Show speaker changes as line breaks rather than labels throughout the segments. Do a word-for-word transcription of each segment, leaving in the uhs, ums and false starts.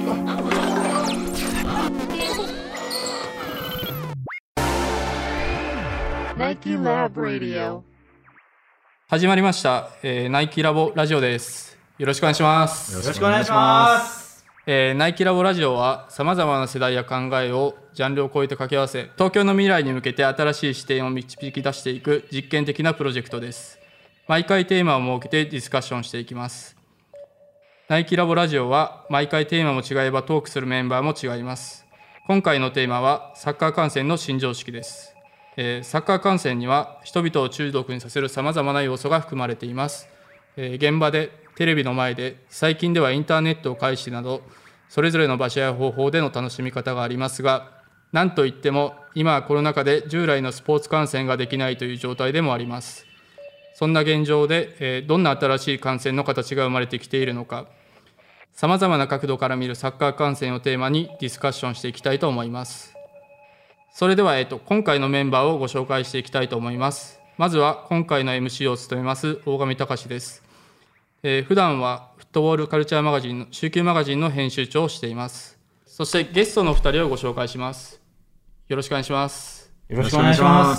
ナイキラボラジオ
始まりました、えー、ナイキラボラジオです。よろしくお願いします。
よろしくお願いします。
えー、ナイキラボラジオはさまざまな世代や考えをジャンルを超えて掛け合わせ、東京の未来に向けて新しい視点を導き出していく実験的なプロジェクトです。毎回テーマを設けてディスカッションしていきます。ナイキラボラジオは毎回テーマも違えばトークするメンバーも違います。今回のテーマはサッカー観戦の新常識です。えー、サッカー観戦には人々を中毒にさせるさまざまな要素が含まれています。えー、現場でテレビの前で、最近ではインターネットを介してなどそれぞれの場所や方法での楽しみ方がありますが、何といっても今はコロナ禍で従来のスポーツ観戦ができないという状態でもあります。そんな現状で、えー、どんな新しい観戦の形が生まれてきているのか、さまざまな角度から見るサッカー観戦をテーマにディスカッションしていきたいと思います。それでは、えっと、今回のメンバーをご紹介していきたいと思います。まずは今回の エムシー を務めます大上隆です。えー、普段はフットボールカルチャーマガジンの週休マガジンの編集長をしています。そしてゲストのふたりをご紹介します。よろしくお願いします。
よろしくお願いします。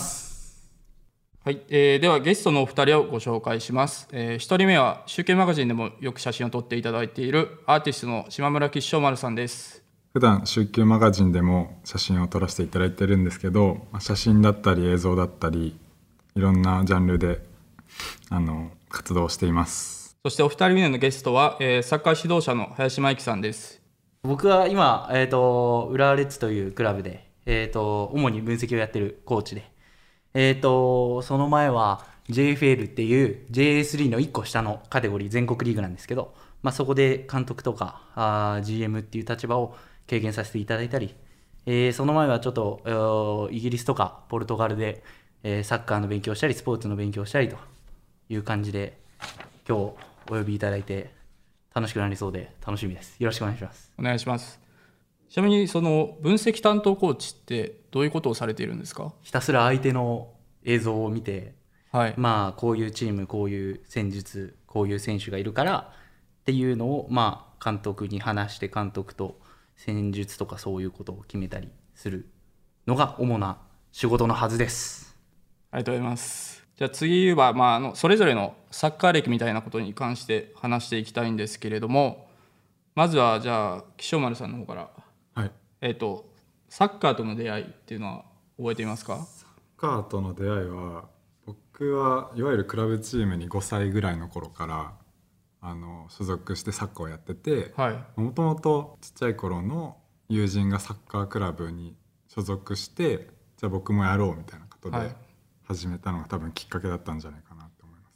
はい、えー、ではゲストのお二人をご紹介します。えー、ひとりめは週休マガジンでもよく写真を撮っていただいているアーティストの島村吉祥丸さんです。
普段週休マガジンでも写真を撮らせていただいてるんですけど、写真だったり映像だったりいろんなジャンルであの活動しています。
そしてお二人目のゲストは、えー、サッカー指導者の林真生さんです。
僕は今、えーと、浦和レッズというクラブで、えーと、主に分析をやってるコーチで、えーと、その前は ジェイエフエル っていう ジェイエースリー のいっこ下のカテゴリー全国リーグなんですけど、まあ、そこで監督とかあ ジーエム っていう立場を経験させていただいたり、えー、その前はちょっとイギリスとかポルトガルで、えー、サッカーの勉強したりスポーツの勉強したりという感じで、今日お呼びいただいて楽しくなりそうで楽しみです。よろしくお願いします。
お願いします。ちなみにその分析担当コーチってどういうことをされているんですか？
ひたすら相手の映像を見て、
はい、ま
あこういうチーム、こういう戦術、こういう選手がいるからっていうのを、まあ、監督に話して、監督と戦術とかそういうことを決めたりするのが主な仕事のはずです。
ありがとうございます。じゃあ次は、まあ、あのそれぞれのサッカー歴みたいなことに関して話していきたいんですけれども、まずはじゃあ岸尾丸さんの方から、
はい、
えーと、サッカーとの出会いっていうのは覚えていますか？
サッカーとの出会いは、僕はいわゆるクラブチームにごさいぐらいの頃からあの所属してサッカーをやってて、もともとちっちゃい頃の友人がサッカークラブに所属して、じゃあ僕もやろうみたいなことで始めたのが多分きっかけだったんじゃないかなと思います。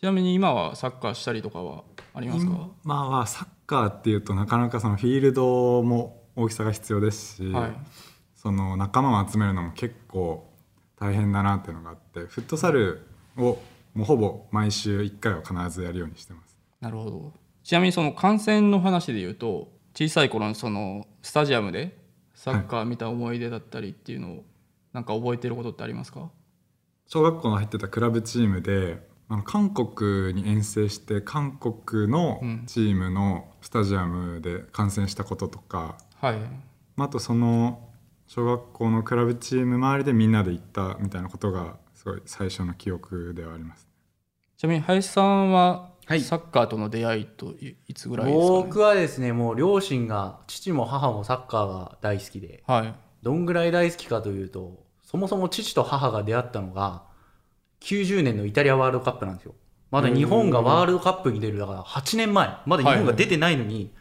ちなみに今はサッカーしたりとかはありますか？
今はサッカーっていうとなかなかそのフィールドも大きさが必要ですし、はい、その仲間を集めるのも結構大変だなっていうのがあって、フットサルをもうほぼ毎週いっかいは必ずやるようにしてます。
なるほど。ちなみにその観戦の話でいうと、小さい頃のそのスタジアムでサッカー見た思い出だったりっていうのをなんか覚えてることってありますか？
小学校の入ってたクラブチームであの韓国に遠征して、韓国のチームのスタジアムで観戦したこととか、
うん、はい、
あとその小学校のクラブチーム周りでみんなで行ったみたいなことがすごい最初の記憶ではあります。
ちなみに林さんはサッカーとの出会いといつぐらいですかね？
僕はですね、もう両親が、父も母もサッカーが大好きで、はい、どんぐらい大好きかというと、そもそも父と母が出会ったのがきゅうじゅうねんのイタリアワールドカップなんですよ。まだ日本がワールドカップに出る、だからはちねんまえ、まだ日本が出てないのに、はいはい、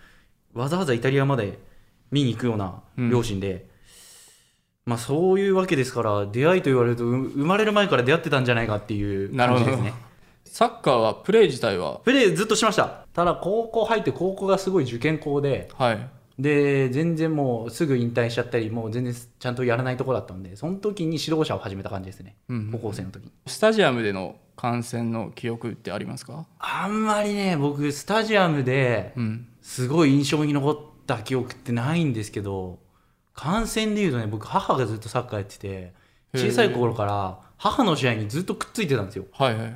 わざわざイタリアまで見に行くような両親で、うん、まあそういうわけですから、出会いと言われると生まれる前から出会ってたんじゃないかっていう感じですね。
サッカーはプレー自体は
プレーずっとしました。ただ高校入って、高校がすごい受験校で、はい、で全然もうすぐ引退しちゃったり、もう全然ちゃんとやらないところだったんで、その時に指導者を始めた感じですね、うん、高校生の時に。
スタジアムでの観戦の記憶ってありますか？
あんまりね、僕スタジアムですごい印象に残った記憶ってないんですけど、観戦でいうとね、僕母がずっとサッカーやってて、小さい頃から母の試合にずっとくっついてたんですよ。はいはいはい。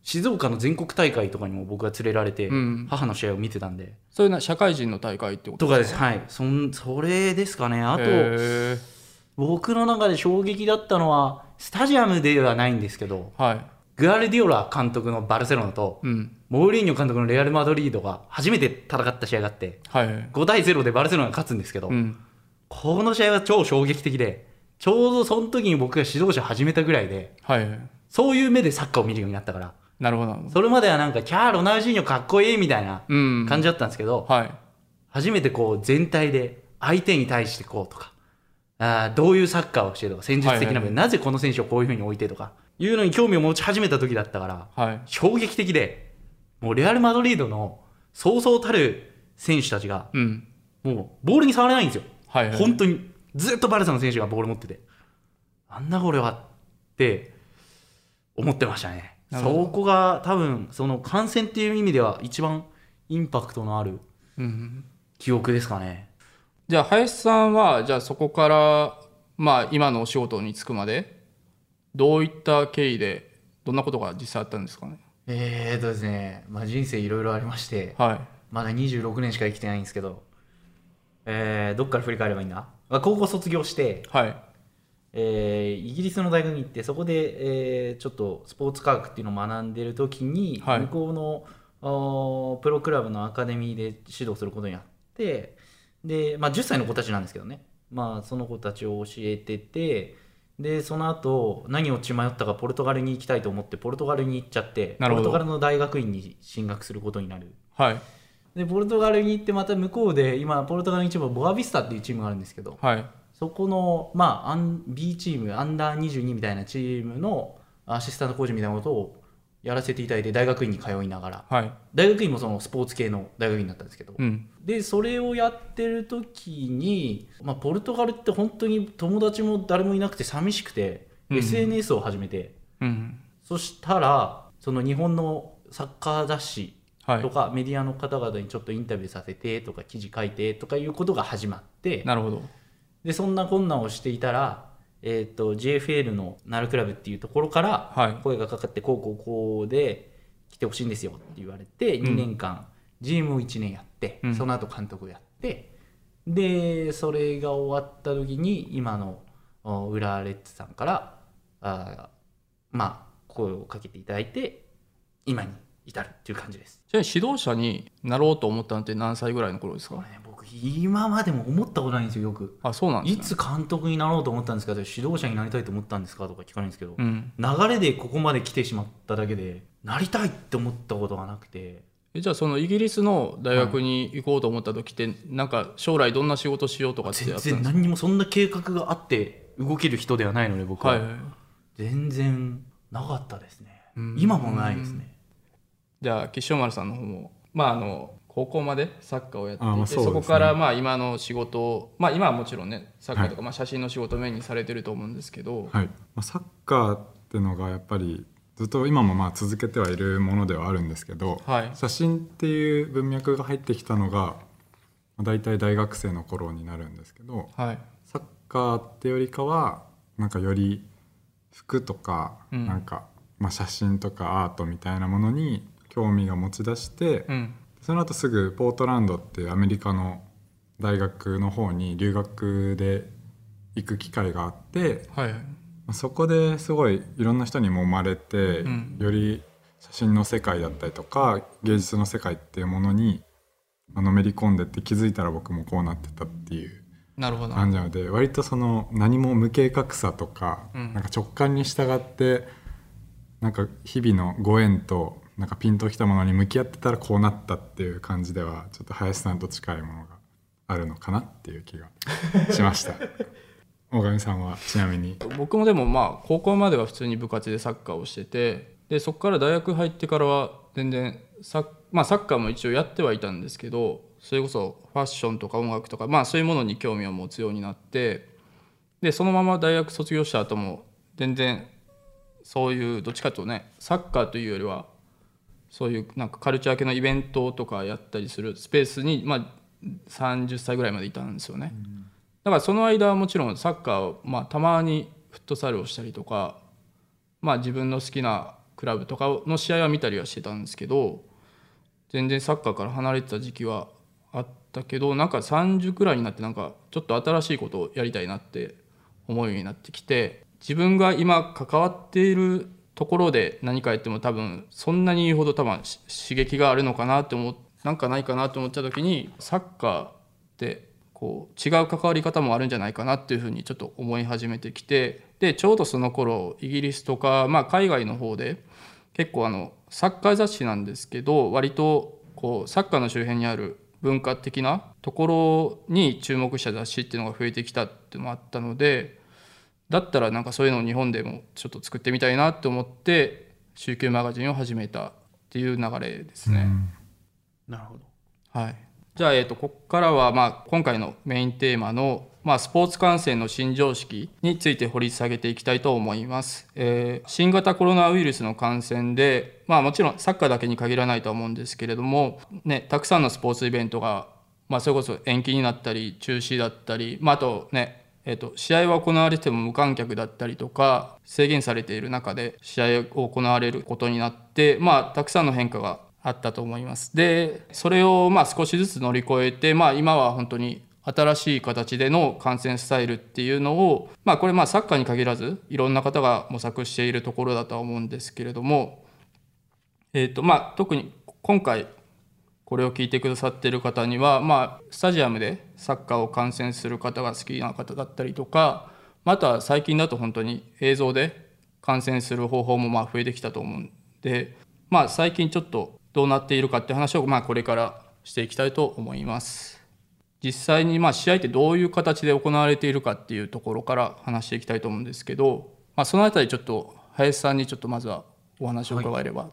静岡の全国大会とかにも僕が連れられて、うん、母の試合を見てたんで。
そういうのは社会人の大会ってことですか？
とかです。はい。そんそれですかね。あと僕の中で衝撃だったのはスタジアムではないんですけど、はい、グアルディオラ監督のバルセロナと、うん、モーリーニョ監督のレアル・マドリードが初めて戦った試合があって、はい、ごたいゼロでバルセロナが勝つんですけど、うん、この試合は超衝撃的で、ちょうどその時に僕が指導者始めたぐらいで、はい、そういう目でサッカーを見るようになったから。
なるほど。
それまではなんかキャーロナウジーニョかっこいいみたいな感じだったんですけど、うんはい、初めてこう全体で相手に対してこうとか、あどういうサッカーをしてとか、戦術的な面、はいはいはい、なぜこの選手をこういう風に置いてとかいうのに興味を持ち始めた時だったから、はい、衝撃的で、もうレアル・マドリードのそうそうたる選手たちが、うん、もうボールに触れないんですよ、はいはい、本当にずっとバルサの選手がボール持ってて、なんだこれはって思ってましたね。そこが多分その観戦っていう意味では一番インパクトのある記憶ですかね。
うん、じゃあ林さんはじゃあそこからまあ今のお仕事に就くまでどういった経緯でどんなことが実際あったんですかね？
えーとですね、まあ、人生いろいろありまして、はい、まだにじゅうろくねんしか生きてないんですけど、えー、どっから振り返ればいいんだ。高校卒業して、はいえー、イギリスの大学に行って、そこで、えー、ちょっとスポーツ科学っていうのを学んでる時に、はい、向こうのプロクラブのアカデミーで指導することになって、で、まあ、じゅっさいの子たちなんですけどね、まあ、その子たちを教えてて、でその後何を血迷ったかポルトガルに行きたいと思ってポルトガルに行っちゃって、ポルトガルの大学院に進学することになる、はい、でポルトガルに行って、また向こうで今ポルトガルの一部ボアビスタっていうチームがあるんですけど、はいそこの、まあ、B チームアンダーにじゅうにみたいなチームのアシスタントコーチみたいなことをやらせていただいて、大学院に通いながら、はい、大学院もそのスポーツ系の大学院だったんですけど、うん、でそれをやってる時に、まあ、ポルトガルって本当に友達も誰もいなくて寂しくて、うん、エスエヌエス を始めて、うん、そしたらその日本のサッカー雑誌とか、はい、メディアの方々にちょっとインタビューさせてとか記事書いてとかいうことが始まって、
なるほど。
でそんな困難をしていたら、えー、と ジェイエフエル のナルクラブっていうところから声がかかって、こうこうこうで来てほしいんですよって言われて、にねんかん ジーエム をいちねんやって、うん、その後監督をやって、でそれが終わった時に今の浦和レッズさんからあまあ声をかけていただいて今に至るっていう感じです。
じゃあ指導者になろうと思ったのって何歳ぐらいの頃ですか？
ね、僕今までも思ったことないんですよ。よく
あそうなんです、ね、
いつ監督になろうと思ったんですか、指導者になりたいと思ったんですかとか聞かれるんですけど、うん、流れでここまで来てしまっただけでなりたいって思ったことがなくて。
えじゃあそのイギリスの大学に行こうと思った時って、はい、なんか将来どんな仕事しようとかってやったんですか？
全然何にもそんな計画があって動ける人ではないので僕は、はいはい、全然なかったですね。今もないですね。
じゃあ岸尾丸さんの方も、まあ、あの高校までサッカーをやっていて、 そ,、ね、そこからまあ今の仕事を、まあ、今はもちろんねサッカーとかまあ写真の仕事をメインにされてると思うんですけど、
はい、サッカーっていうのがやっぱりずっと今もまあ続けてはいるものではあるんですけど、はい、写真っていう文脈が入ってきたのがだいたい大学生の頃になるんですけど、はい、サッカーってよりかはなんかより服とか、うん、なんかまあ写真とかアートみたいなものに興味が持ち出して、うん、その後すぐポートランドっていうアメリカの大学の方に留学で行く機会があって、はい、そこですごいいろんな人にも生まれて、うん、より写真の世界だったりとか芸術の世界っていうものにのめり込んでって気づいたら僕もこうなってたっていう感じなので、割とその何も無計画さとか、うん、なんか直感に従ってなんか日々のご縁となんかピンときたものに向き合ってたらこうなったっていう感じではちょっと林さんと近いものがあるのかなっていう気がしました大上さんはちなみに？
僕もでもまあ高校までは普通に部活でサッカーをしてて、でそこから大学入ってからは全然サッ、まあ、サッカーも一応やってはいたんですけど、それこそファッションとか音楽とか、まあ、そういうものに興味を持つようになって、でそのまま大学卒業した後も全然そういうどっちかというとねサッカーというよりはそういうなんかカルチャー系のイベントとかやったりするスペースに、まあ、さんじゅっさいぐらいまでいたんですよね、うん、だからその間はもちろんサッカーを、まあ、たまにフットサルをしたりとか、まあ、自分の好きなクラブとかの試合は見たりはしてたんですけど、全然サッカーから離れてた時期はあったけど、なんかさんじゅうくらいになってなんかちょっと新しいことをやりたいなって思うようになってきて、自分が今関わっているところで何かやっても多分そんなに言うほど多分刺激があるのかなって思っなんかないかなと思った時に、サッカーってこう違う関わり方もあるんじゃないかなっていうふうにちょっと思い始めてきて、でちょうどその頃イギリスとか、まあ、海外の方で結構あのサッカー雑誌なんですけど、割とこうサッカーの周辺にある文化的なところに注目した雑誌っていうのが増えてきたっていうのもあったので、だったらなんかそういうのを日本でもちょっと作ってみたいなと思って週休マガジンを始めたっていう流れですね。
なるほど。
はい、じゃあ、えーと、ここからはまあ今回のメインテーマの、まあ、スポーツ観戦の新常識について掘り下げていきたいと思います。えー、新型コロナウイルスの感染で、まあ、もちろんサッカーだけに限らないとは思うんですけれども、ね、たくさんのスポーツイベントが、まあ、それこそ延期になったり中止だったり、まあ、あとねえー、と試合は行われても無観客だったりとか制限されている中で試合を行われることになって、まあ、たくさんの変化があったと思います。でそれをまあ少しずつ乗り越えて、まあ、今は本当に新しい形での観戦スタイルっていうのを、まあ、これまあサッカーに限らずいろんな方が模索しているところだとは思うんですけれども、えーとまあ、特に今回これを聞いてくださっている方には、まあ、スタジアムでサッカーを観戦する方が好きな方だったりとか、また最近だと本当に映像で観戦する方法もまあ増えてきたと思うんで、まあ、最近ちょっとどうなっているかって話をまあこれからしていきたいと思います。実際にまあ試合ってどういう形で行われているかっていうところから話していきたいと思うんですけど、まあ、そのあたりちょっと林さんにちょっとまずはお話を伺えれば。はい、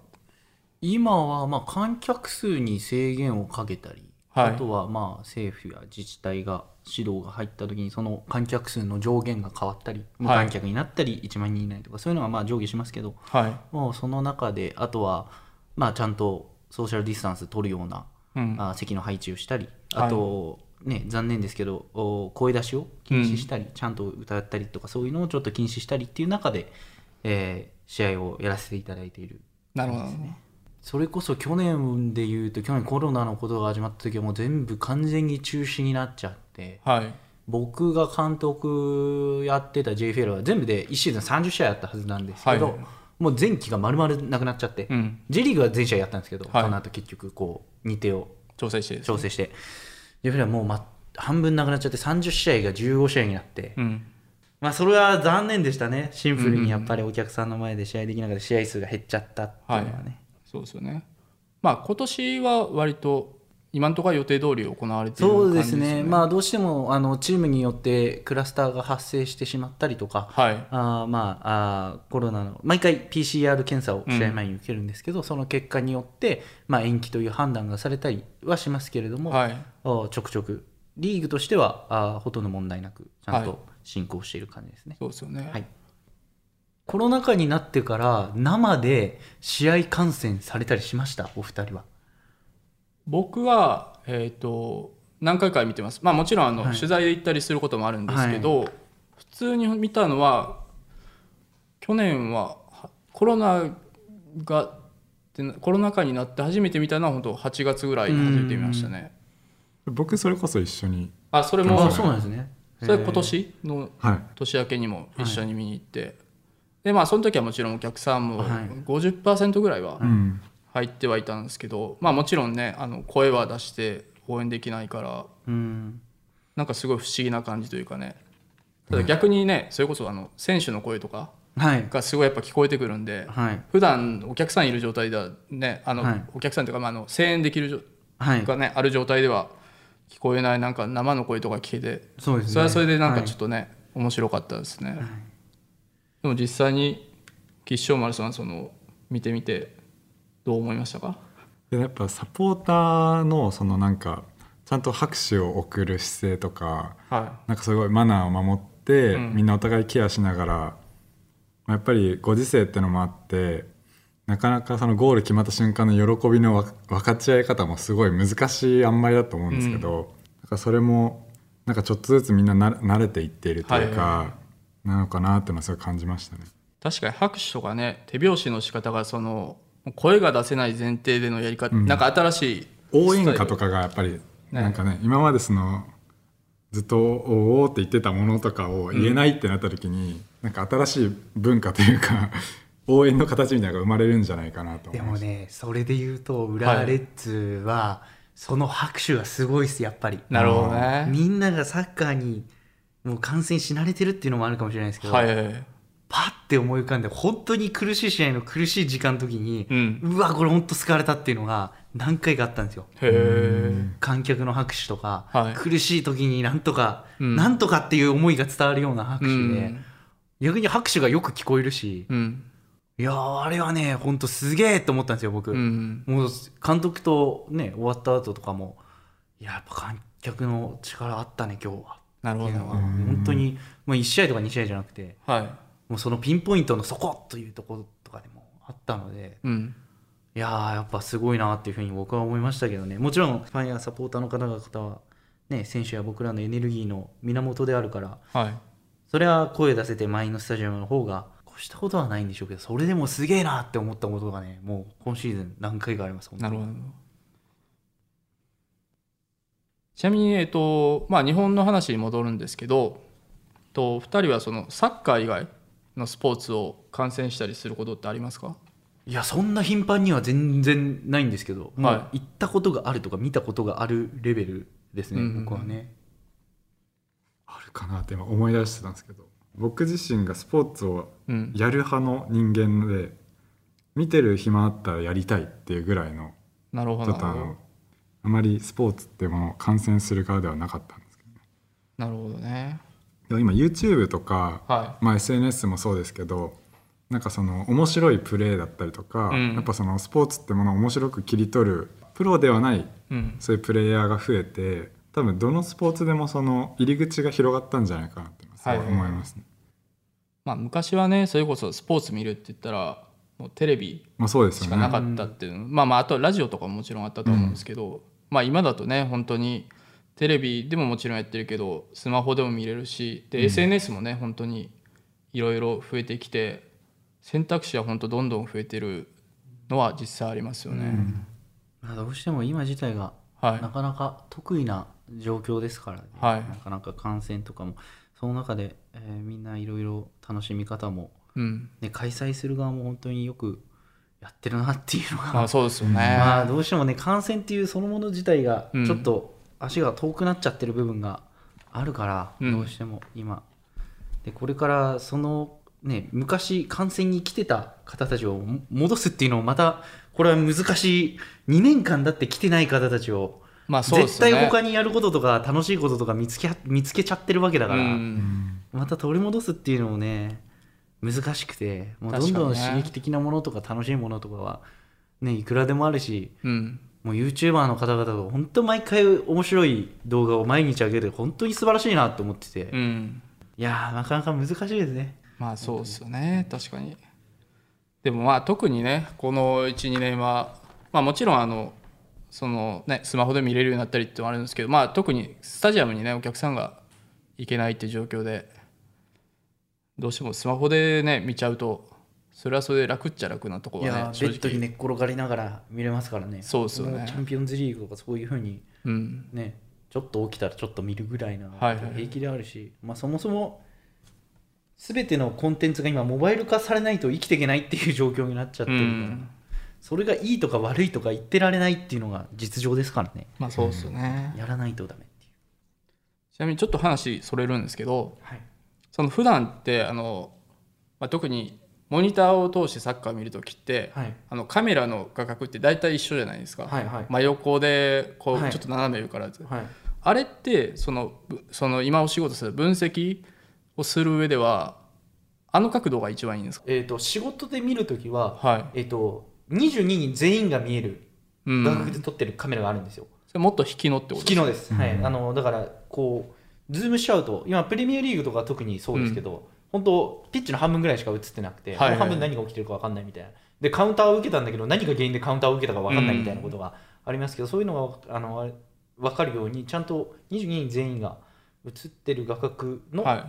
今はまあ観客数に制限をかけたり、はい、あとはまあ政府や自治体が指導が入った時にその観客数の上限が変わったり、無観客になったりいちまんにん以内とかそういうのがまあ上下しますけど、はい、もうその中であとはまあちゃんとソーシャルディスタンス取るような、うん、あ席の配置をしたり、あと、はいね、残念ですけど声出しを禁止したり、うん、ちゃんと歌ったりとかそういうのをちょっと禁止したりっていう中で、えー、試合をやらせていただいている、ね、
なるほど。
それこそ去年でいうと去年コロナのことが始まった時はもう全部完全に中止になっちゃって、はい、僕が監督やってた ジェイエフエル は全部でいちシーズンさんじゅっしあいあったはずなんですけど、はい、もう前期が丸々なくなっちゃって、うん、J リーグは全試合やったんですけど、はい、その後結局こう日程を
調整して、ね、
調整して ジェイエフエル はもう、ま、半分なくなっちゃってさんじゅっしあいがじゅうごしあいになって、うんまあ、それは残念でしたね。シンプルにやっぱりお客さんの前で試合できながら試合数が減っちゃったっていうのはね、はい、
そうですよね。まあ、今年は割と今のところ予定通り行われている感じですね。そうですね、まあ、
どうしてもあのチームによってクラスターが発生してしまったりとか、はい、あまあ、あコロナの毎回 ピーシーアール 検査を試合前に受けるんですけど、うん、その結果によって、まあ、延期という判断がされたりはしますけれども、はい、ちょくちょくリーグとしてはあほとんど問題なくちゃんと進行している感じですね。
はい、そうですよね、はい。
コロナ禍になってから生で試合観戦されたりしました？お二人は。
僕は、えーと、何回か見てます。まあ、もちろんあの、はい、取材で行ったりすることもあるんですけど、はい、普通に見たのは去年はコロナがコロナ禍になって初めて見たのは本当はちがつぐらいに初めて見ましたね。
僕それこそ一緒に。
あ、それも
そうなんですね。
それ今年の年明けにも一緒に見に行って、はい、でまあその時はもちろんお客さんも ごじゅっパーセント ぐらいは入ってはいたんですけど、まあもちろんねあの声は出して応援できないから、うん、なんかすごい不思議な感じというかね。ただ逆にね、それこそあの選手の声とかがすごいやっぱ聞こえてくるんで、はい、普段お客さんいる状態ではね、あの、はい、お客さんというか、まあ、あの声援できるが、ね、ある状態では聞こえないなんか生の声とか聞けて、そうですね、それはそれでなんかちょっとね、はい、面白かったですね、はい、でも実際に吉祥丸さんその見てみてどう思いましたか？
やっぱサポーターのそのなんかちゃんと拍手を送る姿勢とか、はい、なんかすごいマナーを守って、うん、みんなお互いケアしながら、やっぱりご時世ってのもあってなかなかそのゴール決まった瞬間の喜びの分かち合い方もすごい難しい塩梅だと思うんですけど、うん、なんかそれもなんかちょっとずつみんな慣れていっているというか、はいはいはい、なのかなっていうのはすごい感じましたね。
確かに拍手とかね手拍子の仕方がその声が出せない前提でのやり方、うん、なんか新しい
応援歌とかがやっぱりなんかね、ね今までそのずっとおおって言ってたものとかを言えないってなった時に、うん、なんか新しい文化というか応援の形みたいなのが生まれるんじゃないかなと思います。
でもねそれで言うと浦和レッズはその拍手がすごいですやっぱり。
なるほどね。
みんながサッカーにもう観戦し慣れてるっていうのもあるかもしれないですけど、
はいはい、
パッて思い浮かんで本当に苦しい試合の苦しい時間の時に、うん、うわこれ本当救われたっていうのが何回かあったんですよ。
へ
観客の拍手とか、
はい、
苦しい時になんとか、
うん、
なんとかっていう思いが伝わるような拍手で、うん、逆に拍手がよく聞こえるし、
うん、
いやあれはね本当すげえと思ったんですよ僕、うん、もう監督とね終わった後とかもやっぱ観客の力あったね今日は。
なるほど。
本当にもういち試合とかに試合じゃなくて、
はい、
もうそのピンポイントのそこというところとかでもあったので、
うん、
いやーやっぱすごいなっていうふうに僕は思いましたけどね。もちろんファンやサポーターの方々は、ね、選手や僕らのエネルギーの源であるから、
はい、
それは声出せて満員のスタジアムの方が越したことはないんでしょうけど、それでもすげえなって思ったことがねもう今シーズン何回かあります。
なるほど。ちなみに、えーとまあ、日本の話に戻るんですけど、とふたりはそのサッカー以外のスポーツを観戦したりすることってありますか？
いやそんな頻繁には全然ないんですけど、
はい、
まあ、行ったことがあるとか見たことがあるレベルですね、うんうん、僕はね。
あるかなって今思い出してたんですけど、僕自身がスポーツをやる派の人間で、うん、見てる暇あったらやりたいっていうぐらいの、
なるほど、
ちょっとあのあまりスポーツってものを観戦する側ではなかったんですけどね。
なるほどね。
今 YouTube とか、
はい、
まあ、エスエヌエス もそうですけど、なんかその面白いプレーだったりとか、うん、やっぱそのスポーツってものを面白く切り取るプロではない、うん、そういうプレイヤーが増えて、多分どのスポーツでもその入り口が広がったんじゃないかなってすごい思いますね。
はい、まあ、昔はねそれこそスポーツ見るって言ったらもうテレビしかなかったっていうの、まあそうですよね。まあまああとラジオとかももちろんあったと思うんですけど、うん、まあ今だとね本当にテレビでももちろんやってるけどスマホでも見れるし、で、うん、エスエヌエス もね本当にいろいろ増えてきて選択肢は本当どんどん増えてるのは実際ありますよね。うん
まあ、どうしても今自体がなかなか得意な状況ですからね、
はい、
なかなか観戦とかもその中で、えー、みんないろいろ楽しみ方も、
うん
ね、開催する側も本当によくやってるなっていうのが、
まあ、そうですよね。
まあどうしてもね観戦っていうそのもの自体がちょっと足が遠くなっちゃってる部分があるから、うん、どうしても今でこれからそのね昔観戦に来てた方たちを戻すっていうのをまたこれは難しい。にねんかんだって来てない方たちを、まあそうですね、絶対他にやることとか楽しいこととか見つけ、見つけちゃってるわけだから、うん、また取り戻すっていうのもね難しくて、もうどんどん刺激的なものとか楽しいものとかは、ね、いくらでもあるし、
うん、
もう YouTuber の方々が本当毎回面白い動画を毎日上げる本当に素晴らしいなと思ってて、
うん、
いやーなかなか難しいですね。
まあそうですよね。確かに。でもまあ特にねこの いちにねんは、まあ、もちろんあのその、ね、スマホで見れるようになったりってのもあるんですけど、まあ、特にスタジアムにねお客さんが行けないっていう状況でどうしてもスマホでね見ちゃうとそれはそれで楽っちゃ楽なところはね、
いやベッドに寝っ転がりながら見れますからね。
そうですよね。
チャンピオンズリーグとかそういう風に、
うん
ね、ちょっと起きたらちょっと見るぐらいな平気であるし、
はいはい、
まあ、そもそも全てのコンテンツが今モバイル化されないと生きていけないっていう状況になっちゃってるから、うん、それがいいとか悪いとか言ってられないっていうのが実情ですからね。
まあそうですよね、
うん、やらないとダメっていう。
ちなみにちょっと話それるんですけど、
はい、
その普段ってあの、まあ、特にモニターを通してサッカーを見るときって、
はい、あ
のカメラの画角って大体一緒じゃないですか、
はいはい、
真横でこう、
はい、
ちょっと斜め上からず、
はい、
あれってその、その今お仕事する分析をする上ではあの角度が一番いいんですか？
えーと、仕事で見るときは、
はい、
えーと、にじゅうににん全員が見える画角で撮ってるカメラがあるんですよ。
それもっと引きのってことですか？
引きのです、はい、あのだからこうズームしちゃうと今プレミアリーグとか特にそうですけど、うん、本当ピッチの半分ぐらいしか映ってなくて、はいはい、この半分何が起きてるか分かんないみたいなでカウンターを受けたんだけど何が原因でカウンターを受けたか分かんないみたいなことがありますけど、うん、そういうのがあの分かるようにちゃんとにじゅうににん全員が映ってる画角の、
はい、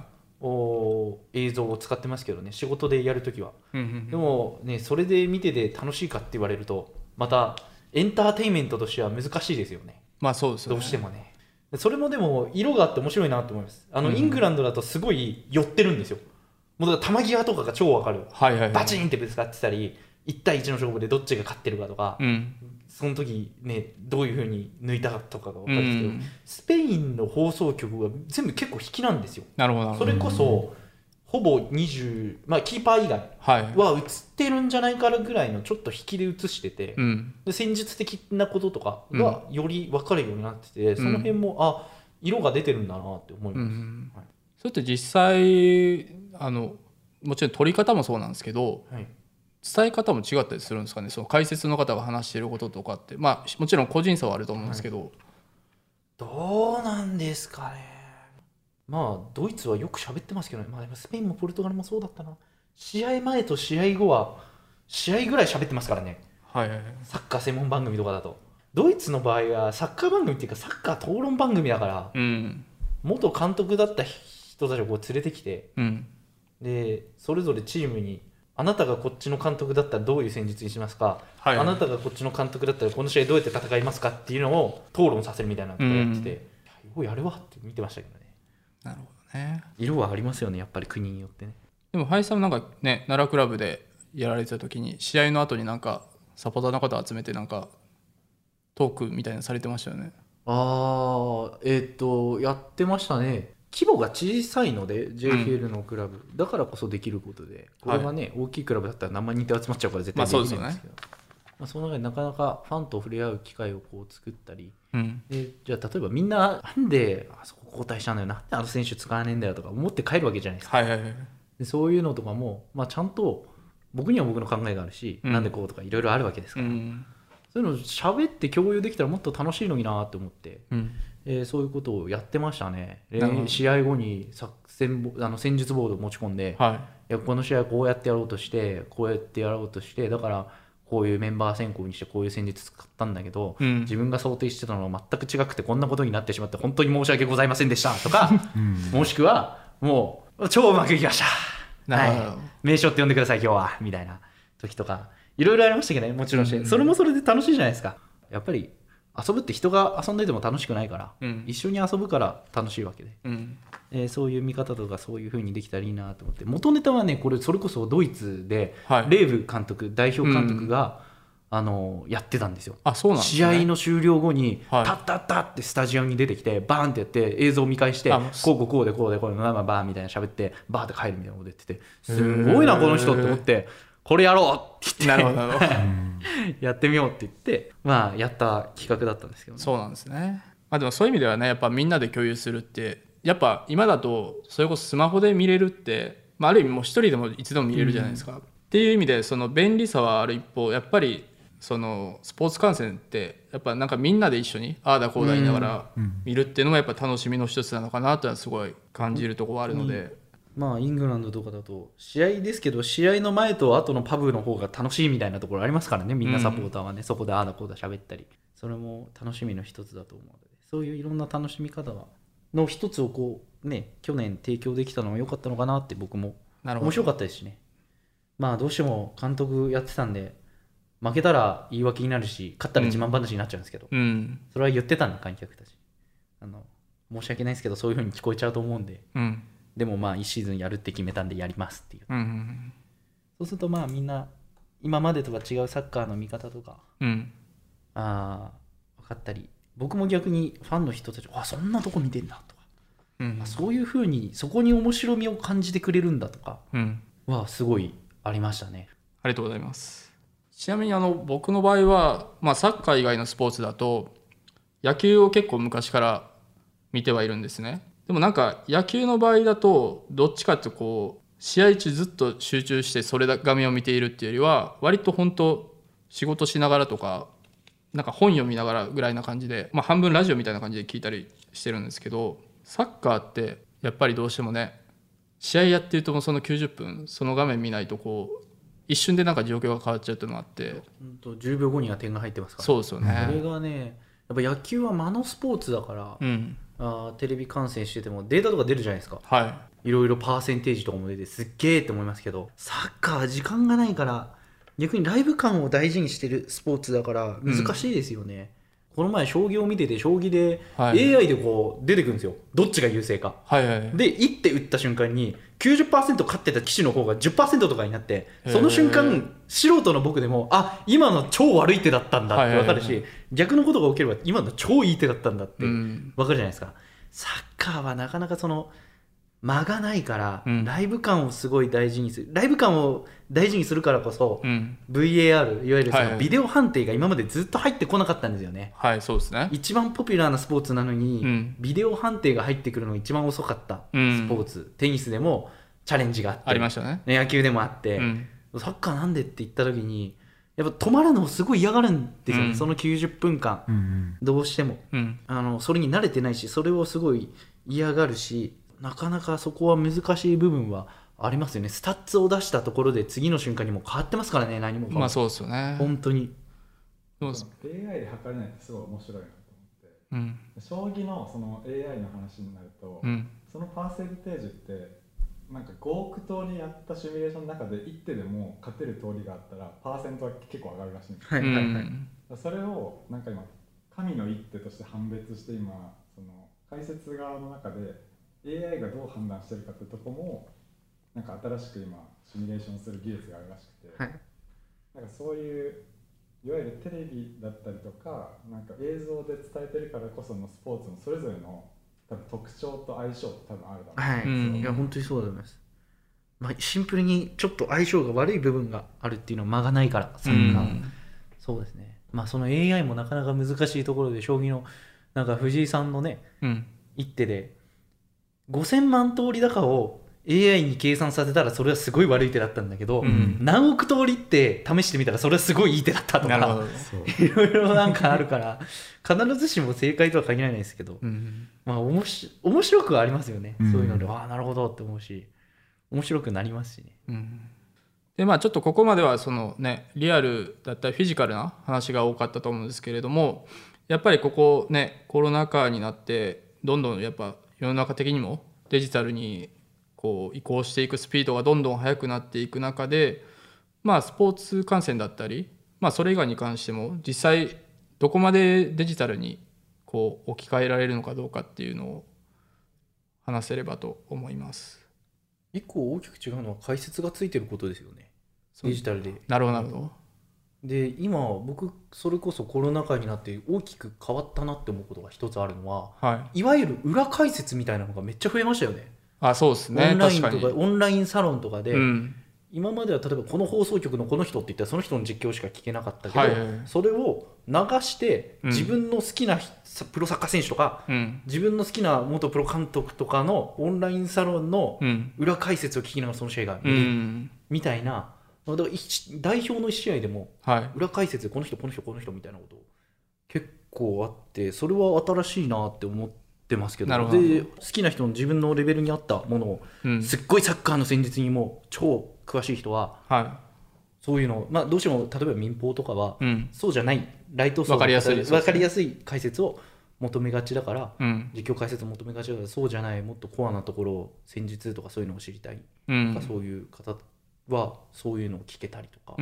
映像を使ってますけどね、仕事でやるときは、
うんうんうん、
でもねそれで見てて楽しいかって言われるとまたエンターテインメントとしては難しいですよね。
まあそうですよね、
どうしてもね。それもでも色があって面白いなと思います。あのイングランドだとすごい寄ってるんですよ。もうだから球際とかが超わかる、
はいはいはい、
バチンってぶつかってたりいち対いちの勝負でどっちが勝ってるかとか、
うん、
その時ねどういう風に抜いたかとかが分かるんですけど、
うん、
スペインの放送局は全部結構引きなんですよ。
なるほど。
それこそほぼにじゅう、まあ、キーパー以外は映ってるんじゃないかぐらいのちょっと引きで映してて、
うん、
で戦術的なこととかがより分かるようになってて、うん、その辺もあ色が出てるんだなって思います、うんはい、
それって実際あのもちろん撮り方もそうなんですけど、はい、伝え方も違ったりするんですかね。その解説の方が話していることとかって、まあ、もちろん個人差はあると思うんですけど、はい、
どうなんですかね。まあドイツはよく喋ってますけどね、まあ、でもスペインもポルトガルもそうだったな。試合前と試合後は試合ぐらい喋ってますからね、
はいはいはい、
サッカー専門番組とかだと。ドイツの場合はサッカー番組っていうかサッカー討論番組だから、うん、元監督だった人たちをこう連れてきて、うん、でそれぞれチームにあなたがこっちの監督だったらどういう戦術にしますか、はいはい、あなたがこっちの監督だったらこの試合どうやって戦いますかっていうのを討論させるみたいなことをやってて、ようやるわって見てましたけどね。
なるほどね。
色はありますよね、やっぱり国によってね。
でも林さんもなんかね奈良クラブでやられてた時に試合の後になんかサポーターの方集めてなんかトークみたいなのされてましたよね。
ああえっ、ー、とやってましたね。規模が小さいので ジェイエフエル のクラブ、うん、だからこそできることで、これがね、はい、大きいクラブだったら何万人って集まっちゃうから絶対できないんですけど、まあそうですよね。まあ、その中でなかなかファンと触れ合う機会をこう作ったり、うん、でじゃあ例えばみんななんであそこ交代したんだよ、なんであの選手使わねえんだよとか思って帰るわけじゃないですか、
はいはいはい、
でそういうのとかも、まあ、ちゃんと僕には僕の考えがあるし、うん、なんでこうとかいろいろあるわけですから、うん、そういうのを喋って共有できたらもっと楽しいのになって思って、うんえー、そういうことをやってましたね。試合後に作戦あの戦術ボードを持ち込んで、はい、いやこの試合こうやってやろうとしてこうやってやろうとしてだからこういうメンバー選考にしてこういう戦術使ったんだけど、うん、自分が想定してたのは全く違くてこんなことになってしまって本当に申し訳ございませんでしたとか、うん、もしくはもう超うまくいきました、はい、名称って呼んでください今日はみたいな時とかいろいろありましたけどね。もちろん、うん、それもそれで楽しいじゃないですか。やっぱり遊ぶって人が遊んでても楽しくないから、うん、一緒に遊ぶから楽しいわけで、うんえー、そういう見方とかそういう風にできたらいいなと思って、元ネタはねこれそれこそドイツで、はい、レーブ監督代表監督が、うん、あのやってたんですよ。
あ、そうなんですね。
試合の終了後に、はい、タッタッタッってスタジオに出てきてバーンってやって映像を見返してこうこうこうでこうでこうでバーバーみたいな喋ってバーって帰るみたいなこと言ってて、すごいなこの人って思ってこれやろうって言ってなるほどやってみようって言ってまあやった企画だったんですけどね。
そうなんですね。まあ、でもそういう意味ではねやっぱみんなで共有するってやっぱ今だとそれこそスマホで見れるって、まあ、ある意味もう一人でもいつでも見れるじゃないですか、うん、っていう意味でその便利さはある一方やっぱりそのスポーツ観戦ってやっぱなんかみんなで一緒にああだこうだ言いながら見るっていうのもやっぱ楽しみの一つなのかなとはすごい感じるところはあるので、うん
まあイングランドとかだと試合ですけど試合の前と後のパブの方が楽しいみたいなところありますからね。みんなサポーターはね、うん、そこでああだこうだ喋ったりそれも楽しみの一つだと思うのでそういういろんな楽しみ方の一つをこうね去年提供できたのは良かったのかなって僕も面白かったですしね。まあどうしても監督やってたんで負けたら言い訳になるし勝ったら自慢話になっちゃうんですけど、うん、それは言ってたんで観客たちあの申し訳ないですけどそういう風に聞こえちゃうと思うんで、うんでもまあいちシーズンやるって決めたんでやりますっていう、うんうん、そうするとまあみんな今までとは違うサッカーの見方とか、うん、あ分かったり僕も逆にファンの人たちあそんなとこ見てんだとか、うんうん、そういう風にそこに面白みを感じてくれるんだとかはすごいありましたね、
うん、ありがとうございます。ちなみにあの僕の場合は、まあ、サッカー以外のスポーツだと野球を結構昔から見てはいるんですね。でもなんか野球の場合だとどっちかってこう試合中ずっと集中してそれだ画面を見ているっていうよりは割と本当仕事しながらとかなんか本読みながらぐらいな感じで、まあ、半分ラジオみたいな感じで聞いたりしてるんですけどサッカーってやっぱりどうしてもね試合やってるともそのきゅうじゅっぷんその画面見ないとこう一瞬でなんか状況が変わっちゃうっていうのがあって
じゅうびょうごには点が入ってますから、
そうですよね。
それがねやっぱ野球は間のスポーツだから、うんあテレビ観戦しててもデータとか出るじゃないですか。
はい
いろいろパーセンテージとかも出てすっげーって思いますけど、サッカーは時間がないから逆にライブ感を大事にしてるスポーツだから難しいですよね、うん、この前将棋を見てて将棋で エーアイ でこう出てくるんですよ、どっちが優勢か、
はいはいはい、
で一手打った瞬間に きゅうじゅっパーセント 勝ってた棋士の方が じゅっパーセント とかになって、その瞬間素人の僕でもあ今の超悪い手だったんだって分かるし、はいはいはい、逆のことが起きれば今の超いい手だったんだって分かるじゃないですか、うん、サッカーはなかなかその間がないから、うん、ライブ感をすごい大事にするライブ感を大事にするからこそ、うん、ブイエーアール いわゆるそのビデオ判定が今までずっと入ってこなかったんですよね。
はい、そうですね。
一番ポピュラーなスポーツなのに、うん、ビデオ判定が入ってくるのが一番遅かったスポーツ、うん、テニスでもチャレンジがあって
ありましたね、
野球でもあって、うん、サッカーなんでって言った時にやっぱ止まるのをすごい嫌がるんですよね、うん、そのきゅうじゅっぷんかん、うん、どうしても、うん、あのそれに慣れてないしそれをすごい嫌がるし、なかなかそこは難しい部分はありますよね。スタッツを出したところで次の瞬間にも変わってますからね、何もかも。
まあそうですよね。
本当に。
エーアイ で測れないってすごい面白いなと思って、うん、将棋のその エーアイ の話になると、うん、そのパーセンテージってなんかごおく通りやったシミュレーションの中でいってでも勝てる通りがあったらパーセントは結構上がるらしいんですよ、はいはいはい、それをなんか今神の一手として判別して今その解説側の中でエーアイ がどう判断してるかってとこもなんか新しく今シミュレーションする技術があるらしくて、はい、なんかそういういわゆるテレビだったりとかなんか映像で伝えてるからこそのスポーツのそれぞれの多分特徴と相性って多分あるだろう、
はい、うん、いや本当にそうだと思います、まあ、シンプルにちょっと相性が悪い部分があるっていうのは間がないからサッカー、うん、そうですね。まあその エーアイ もなかなか難しいところで将棋のなんか藤井さんのね、うん、一手でごせんまん通り高を エーアイ に計算させたらそれはすごい悪い手だったんだけど、うん、何億通りって試してみたらそれはすごいいい手だったとかいろいろなんかあるから必ずしも正解とは限らないですけど、うん、まあおもし面白くはありますよね、うん、そういうのでああなるほどって思うし面白くなりますしね、うん、
でまあちょっとここまではそのねリアルだったりフィジカルな話が多かったと思うんですけれども、やっぱりここねコロナ禍になってどんどんやっぱ世の中的にもデジタルにこう移行していくスピードがどんどん速くなっていく中で、まあスポーツ観戦だったり、まあそれ以外に関しても実際どこまでデジタルにこう置き換えられるのかどうかっていうのを話せればと思います。
一個大きく違うのは解説がついてることですよね。デジタルで。
なるほどなるほど。
で今僕それこそコロナ禍になって大きく変わったなって思うことが一つあるのは、はい、いわゆる裏解説みたいなのがめっちゃ増えましたよね。
あ、そうですね。
オンラインとかオンラインサロンとかで、うん、今までは例えばこの放送局のこの人って言ったらその人の実況しか聞けなかったけど、はいはいはい、それを流して自分の好きな、うん、プロサッカー選手とか、うん、自分の好きな元プロ監督とかのオンラインサロンの裏解説を聞きながらその試合が見れる、うん、みたいな。だから代表のいち試合でも裏解説でこの人この人この人みたいなこと結構あって、それは新しいなって思ってますけど、で好きな人の自分のレベルに合ったものを、うん、すっごいサッカーの戦術にも超詳しい人は、はい、そういうの、まあ、どうしても例えば民放とかは、うん、そうじゃないライト層の分かりやすい、分かりやすい解説を求めがちだから、うん、実況解説を求めがちだからそうじゃないもっとコアなところを戦術とかそういうのを知りたいとか、うん、そういう方はそういうのを聞けたりとか、うん、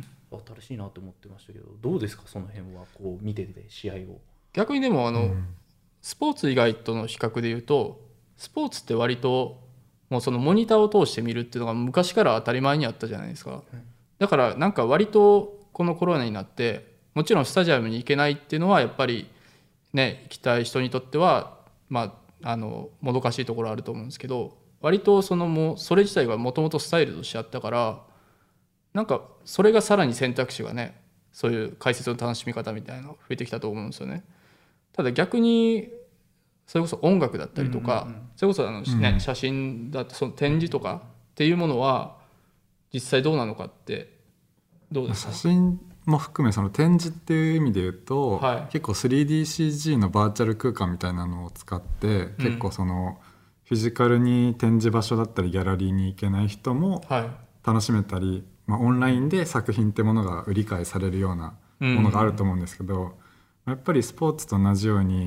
新しいなと思ってましたけど、どうですかその辺はこう見てて試合を。
逆にでもあの、うん、スポーツ以外との比較でいうとスポーツって割ともうそのモニターを通して見るっていうのが昔から当たり前にあったじゃないですか、うん、だからなんか割とこのコロナになってもちろんスタジアムに行けないっていうのはやっぱりね行きたい人にとってはまああのもどかしいところあると思うんですけど、割とそのもうそれ自体がもともとスタイルとしてあったからなんかそれがさらに選択肢がねそういう解説の楽しみ方みたいなのが増えてきたと思うんですよね。ただ逆にそれこそ音楽だったりとか、うんうんうん、それこそあの、ねうん、写真だとその展示とかっていうものは実際どうなのかってどうですか？
写真も含めその展示っていう意味で言うと、はい、結構 スリーディーシージー のバーチャル空間みたいなのを使って、うん、結構そのフィジカルに展示場所だったりギャラリーに行けない人も楽しめたり、はいまあ、オンラインで作品ってものが売り買いされるようなものがあると思うんですけど、うん、やっぱりスポーツと同じようにそ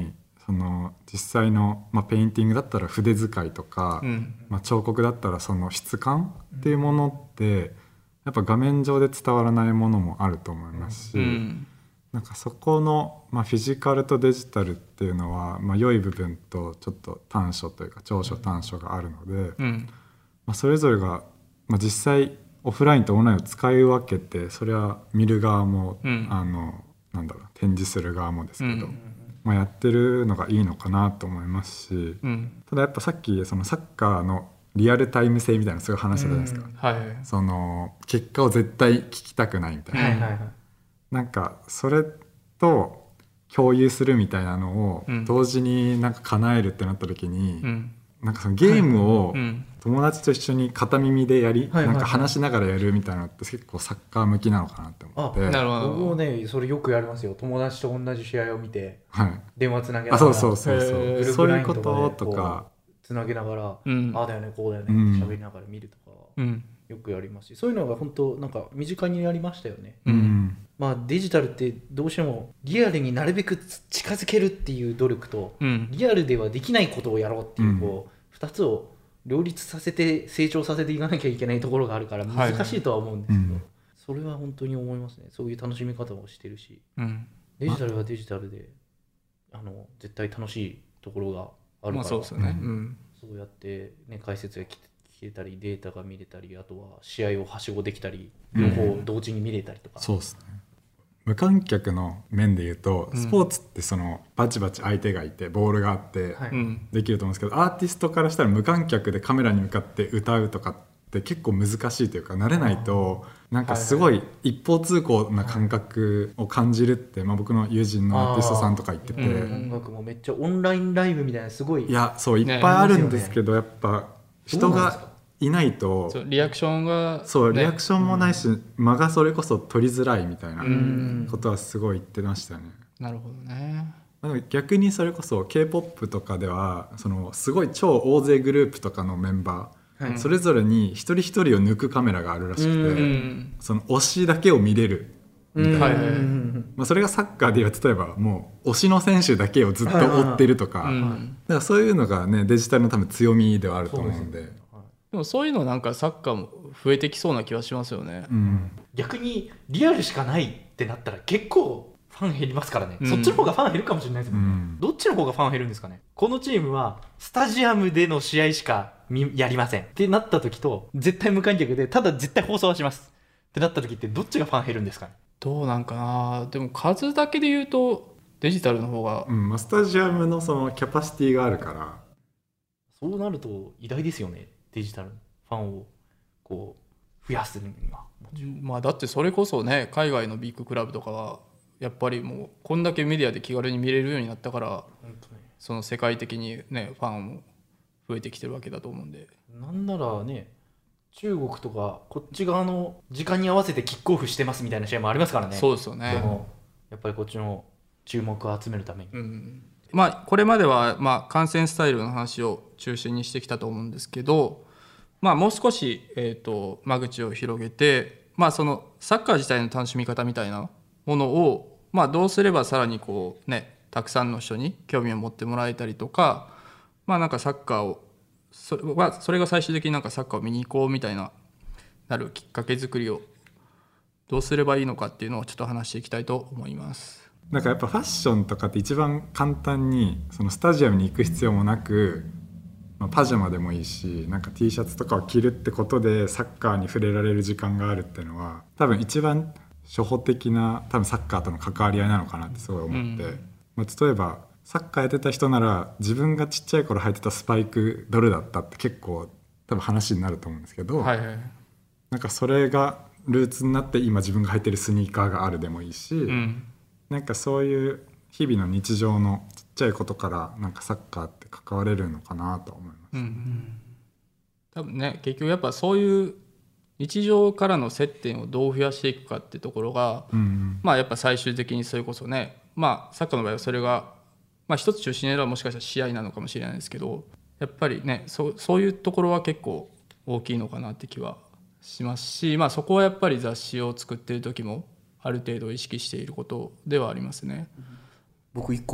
その実際の、まあ、ペインティングだったら筆使いとか、
うん
まあ、彫刻だったらその質感っていうものってやっぱ画面上で伝わらないものもあると思いますし、
うん、
なんかそこの、まあ、フィジカルとデジタルっていうのは、まあ、良い部分とちょっと短所というか長所短所があるので、
うん
まあ、それぞれが、まあ、実際オフラインとオンラインを使い分けてそれは見る側も、
うん、
あのなんだろう展示する側もですけど、
うん
まあ、やってるのがいいのかなと思いますし、
うん、
ただやっぱさっきそのサッカーのリアルタイム性みたいなすごい話したじゃないですか、
うん
はい
その結果を絶対聞きたくないみたいな、
はいはいはい。
なんかそれと共有するみたいなのを
うん
同時になんか叶えるってなった時に、
うん
なんかそのゲームを
うん
友達と一緒に片耳でやり、
はいはいはい
なんか話しながらやるみたいなのって結構サッカー向きなのかなって思って、
なるほど
僕もねそれよくやりますよ。友達と同じ試合を見て
はい、
電話つなげな
あ
がら
そうそうそうそ
へー
うそういうこととか、
つなげながら、
うん
ああだよねこうだよね
うん
喋りながら見るとか
うん
よくやりますし、そういうのが本当なんか身近になりましたよね。
う
うんん
まあデジタルってどうしてもリアルになるべく近づけるっていう努力と、
うん
リアルではできないことをやろうっていう、
うん
こうふたつを両立させて成長させていかなきゃいけないところがあるから難しいとは思うんですけど、
うん
それは本当に思いますね。そういう楽しみ方をしてるし、
うん
デジタルはデジタルであの絶対楽しいところがあるから、
まあそうですよね
う
うん
そうやって、ね、解説が聞けたりデータが見れたり、あとは試合をはしごできたり両方同時に見れたりとか、
そうですね。無観客の面で言うと、
うん
スポーツってそのバチバチ相手がいてボールがあって
はい
うん
できると思うんですけど、アーティストからしたら無観客でカメラに向かって歌うとかって結構難しいというか慣れないとなんかすごい一方通行な感覚を感じるって、まあ、僕の友人のアーティストさんとか言ってて、
あーうん
音楽もめっちゃオンラインライブみたいなすごい
いやそういっぱいあるんですけど、やっぱ人がいないと
そうリアクションが
そう
ね
リアクションもないし、間がそれこそ取りづらいみたいな
うん
ことはすごい言ってましたね。
なるほどね
なんか逆にそれこそ K-ポップ とかではそのすごい超大勢グループとかのメンバー、
はい
それぞれに一人一人を抜くカメラがあるらしくて、
うん
うん
その推しだけを見れるみたいな、
はいはいはい
まあ、それがサッカーで言えば例えばもう推しの選手だけをずっと追ってるとか,、
うん
だからそういうのがねデジタルの多分強みではあると思うんで。
でもそういうのなんかサッカーも増えてきそうな気はしますよね
うん
逆にリアルしかないってなったら結構ファン減りますからね、
うん
そっちの方がファン減るかもしれないですもんね、
うん
どっちの方がファン減るんですかね。このチームはスタジアムでの試合しか見やりませんってなった時と、絶対無観客でただ絶対放送はしますってなった時ってどっちがファン減るんですかね。
どうなんかな。でも数だけで言うとデジタルの方が
うんまあ、スタジアムのそのキャパシティがあるから
そうなると偉大ですよね、デジタルファンをこう増やすには。
まあだってそれこそね海外のビッグクラブとかはやっぱりもうこんだけメディアで気軽に見れるようになったから
本当ね、
その世界的にねファンも増えてきてるわけだと思うんで。
なんならね中国とかこっち側の時間に合わせてキックオフしてますみたいな試合もありますからね。
そうですよね。
でもやっぱりこっちの注目を集めるために、
うん、まあこれまではまあ観戦スタイルの話を中心にしてきたと思うんですけど、まあもう少しえーと間口を広げて、まあそのサッカー自体の楽しみ方みたいなものをまあどうすればさらにこうねたくさんの人に興味を持ってもらえたりとか、まあなんかサッカーをそれはそれが最終的になんかサッカーを見に行こうみたいななるきっかけ作りをどうすればいいのかっていうのをちょっと話していきたいと思います。
なんかやっぱファッションとかって一番簡単にそのスタジアムに行く必要もなく、まあ、パジャマでもいいしなんか T シャツとかを着るってことでサッカーに触れられる時間があるっていうのは多分一番初歩的な多分サッカーとの関わり合いなのかなってすごい思って、
うん
まあ、例えばサッカーやってた人なら自分がちっちゃい頃履いてたスパイクどれだったって結構多分話になると思うんですけど、
はいはい。
なんかそれがルーツになって今自分が履いてるスニーカーがあるでもいいし、
うん
なんかそういう日々の日常のちっちゃいことからなんかサッカーって関われるのかなと思います。
うん、多分ね結局やっぱそういう日常からの接点をどう増やしていくかってところが、
うん
まあやっぱ最終的にそれこそねまあサッカーの場合はそれが、まあ、一つ中心になるのはもしかしたら試合なのかもしれないですけどやっぱりね そ, そういうところは結構大きいのかなって気はしますし、まあ、そこはやっぱり雑誌を作ってる時もある程度意識していることではありますね。
僕一個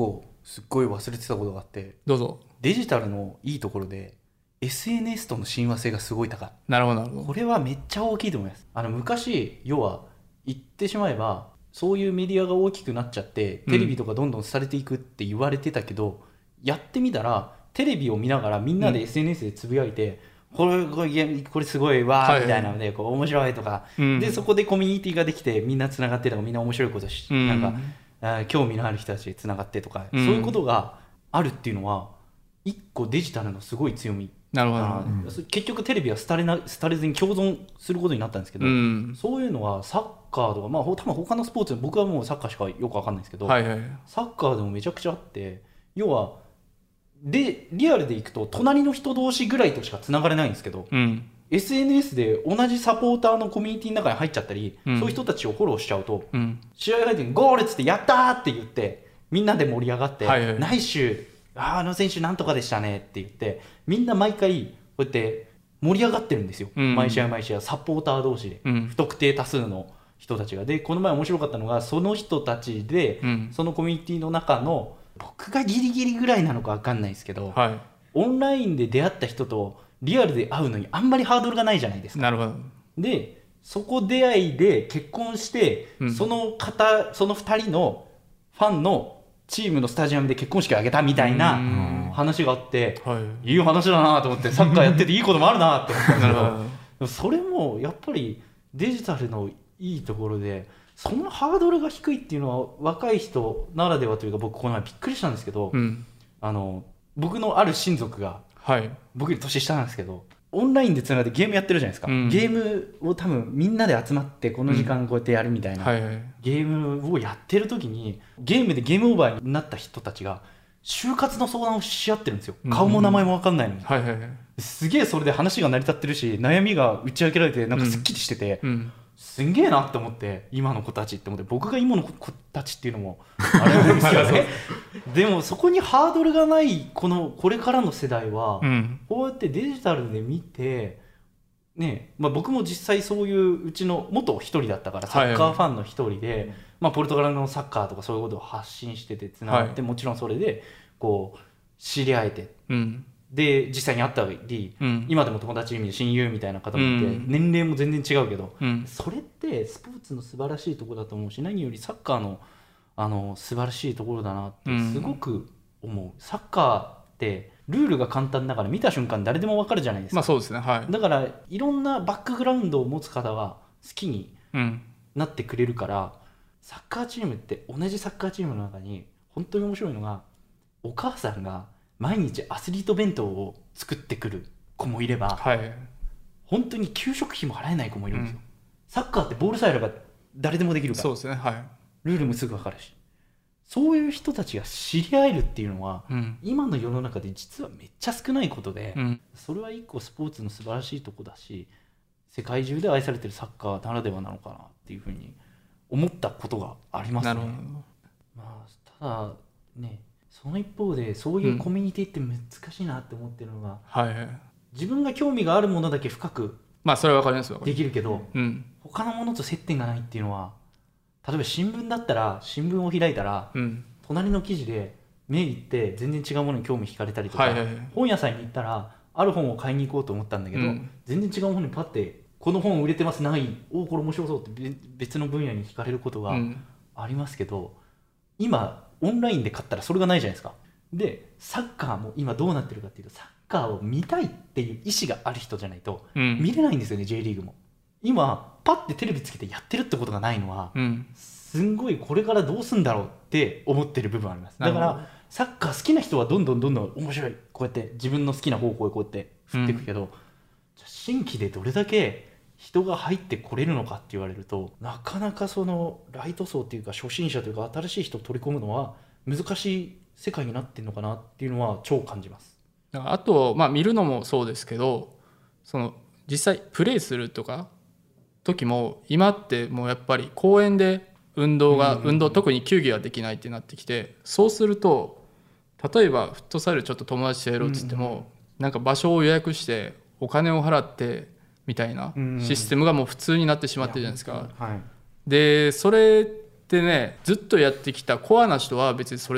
すっごい忘れてたことがあって。
どうぞ。
デジタルのいいところで エスエヌエス との親和性がすごい高い。
なるほどなるほど。
これはめっちゃ大きいと思います。あの昔要は言ってしまえばそういうメディアが大きくなっちゃってテレビとかどんどんされていくって言われてたけど、うん、やってみたらテレビを見ながらみんなで エスエヌエス でつぶやいて、うん、これこれこれすごいわーみたいなので、こう面白いとか、うん、でそこでコミュニティができてみんなつながってとかみんな面白いことし、うん、なんかあ興味のある人たちでつながってとか、うん、そういうことがあるっていうのは一個デジタルのすごい強み。
なるほど、うん、
結局テレビは廃れな廃れずに共存することになったんですけど、うん、そういうのはサッカーとか、まあ、多分他のスポーツ僕はもうサッカーしかよく分かんないですけど、はいはい、サッカーでもめちゃくちゃあって、要はでリアルでいくと隣の人同士ぐらいとしかつながれないんですけど、うん、エスエヌエス で同じサポーターのコミュニティの中に入っちゃったり、うん、そういう人たちをフォローしちゃうと、うん、試合入ってゴールっつってやったーって言ってみんなで盛り上がって、はいはい、ナイスあ, あの選手なんとかでしたねって言ってみんな毎回こうやって盛り上がってるんですよ、うん、毎試合毎試合サポーター同士で、うん、不特定多数の人たちが。でこの前面白かったのがその人たちで、うん、そのコミュニティの中の僕がギリギリぐらいなのか分かんないですけど、はい、オンラインで出会った人とリアルで会うのにあんまりハードルがないじゃないですか。
なるほど。
でそこ出会いで結婚して、うん、その方そのふたりのファンのチームのスタジアムで結婚式を挙げたみたいな話があって、はい、いい話だなと思ってサッカーやってていいこともあるなって思ったんですけどそれもやっぱりデジタルのいいところで、そのハードルが低いっていうのは若い人ならではというか、僕この前びっくりしたんですけど、うん、あの僕のある親族が、はい、僕より年下なんですけどオンラインでつながってゲームやってるじゃないですか、うん、ゲームを多分みんなで集まってこの時間こうやってやるみたいな、うんはいはい、ゲームをやってる時にゲームでゲームオーバーになった人たちが就活の相談をし合ってるんですよ。顔も名前も分かんないのに、うんはいはいはい、すげえそれで話が成り立ってるし悩みが打ち明けられてなんかすっきりしてて、うんうんすんげえなって思って、今の子たちって思って、僕が今の子たちっていうのもあれなんですけどねでもそこにハードルがないこのこれからの世代は、うん、こうやってデジタルで見てね、まあ、僕も実際そういううちの元一人だったからサッカーファンの一人で、はいはいまあ、ポルトガルのサッカーとかそういうことを発信しててつながって、はい、もちろんそれでこう知り合えて、うんで実際に会ったり、うん、今でも友達意味で親友みたいな方もいて、うん、年齢も全然違うけど、うん、それってスポーツの素晴らしいところだと思うし、何よりサッカーの、あの素晴らしいところだなってすごく思う、うん、サッカーってルールが簡単だから見た瞬間誰でも分かるじゃないですか、
まあそうですねはい、
だからいろんなバックグラウンドを持つ方が好きになってくれるから、うん、サッカーチームって同じサッカーチームの中に本当に面白いのがお母さんが毎日アスリート弁当を作ってくる子もいれば、はい、本当に給食費も払えない子もいるんですよ、うん、サッカーってボールさえあれば誰でもできるから
そうですね、はい、
ルールもすぐ分かるし、そういう人たちが知り合えるっていうのは、うん、今の世の中で実はめっちゃ少ないことで、うん、それは一個スポーツの素晴らしいとこだし、世界中で愛されてるサッカーならではなのかなっていうふうに思ったことがありますね。なるほど、まあ、ただねその一方でそういうコミュニティって難しいなって思ってるのが、うんはいはい、自分が興味があるものだけ深く
まあそれは分かりますよ
できるけど、うん、他のものと接点がないっていうのは、例えば新聞だったら新聞を開いたら、うん、隣の記事で目いって全然違うものに興味惹かれたりとか、はいはいはい、本屋さんに行ったらある本を買いに行こうと思ったんだけど、うん、全然違う本にパッてこの本売れてますないおこれ面白そうって別の分野に惹かれることがありますけど、うん、今オンラインで買ったらそれがないじゃないですか。でサッカーも今どうなってるかっていうと、サッカーを見たいっていう意思がある人じゃないと見れないんですよね、うん、J リーグも。今パッてテレビつけてやってるってことがないのは、うん、すんごいこれからどうすんだろうって思ってる部分あります。だからサッカー好きな人はどんどんどんどん面白いこうやって自分の好きな方向へこうやって振っていくけど、うん、じゃあ新規でどれだけ人が入ってこれるのかって言われると、なかなかそのライト層っていうか初心者というか新しい人を取り込むのは難しい世界になってるのかなっていうのは超感じます。
あと、まあ、見るのもそうですけど、その実際プレーするとか時も今ってもうやっぱり公園で運動が、うんうんうん、運動特に球技ができないってなってきて、そうすると例えばフットサルちょっと友達とやろうっつっても、うんうん、なんか場所を予約してお金を払ってみたいなシステムがもう普通になってしまってるじゃないですか、はい、でそれってねずっとやってきたコアな人は別にそれで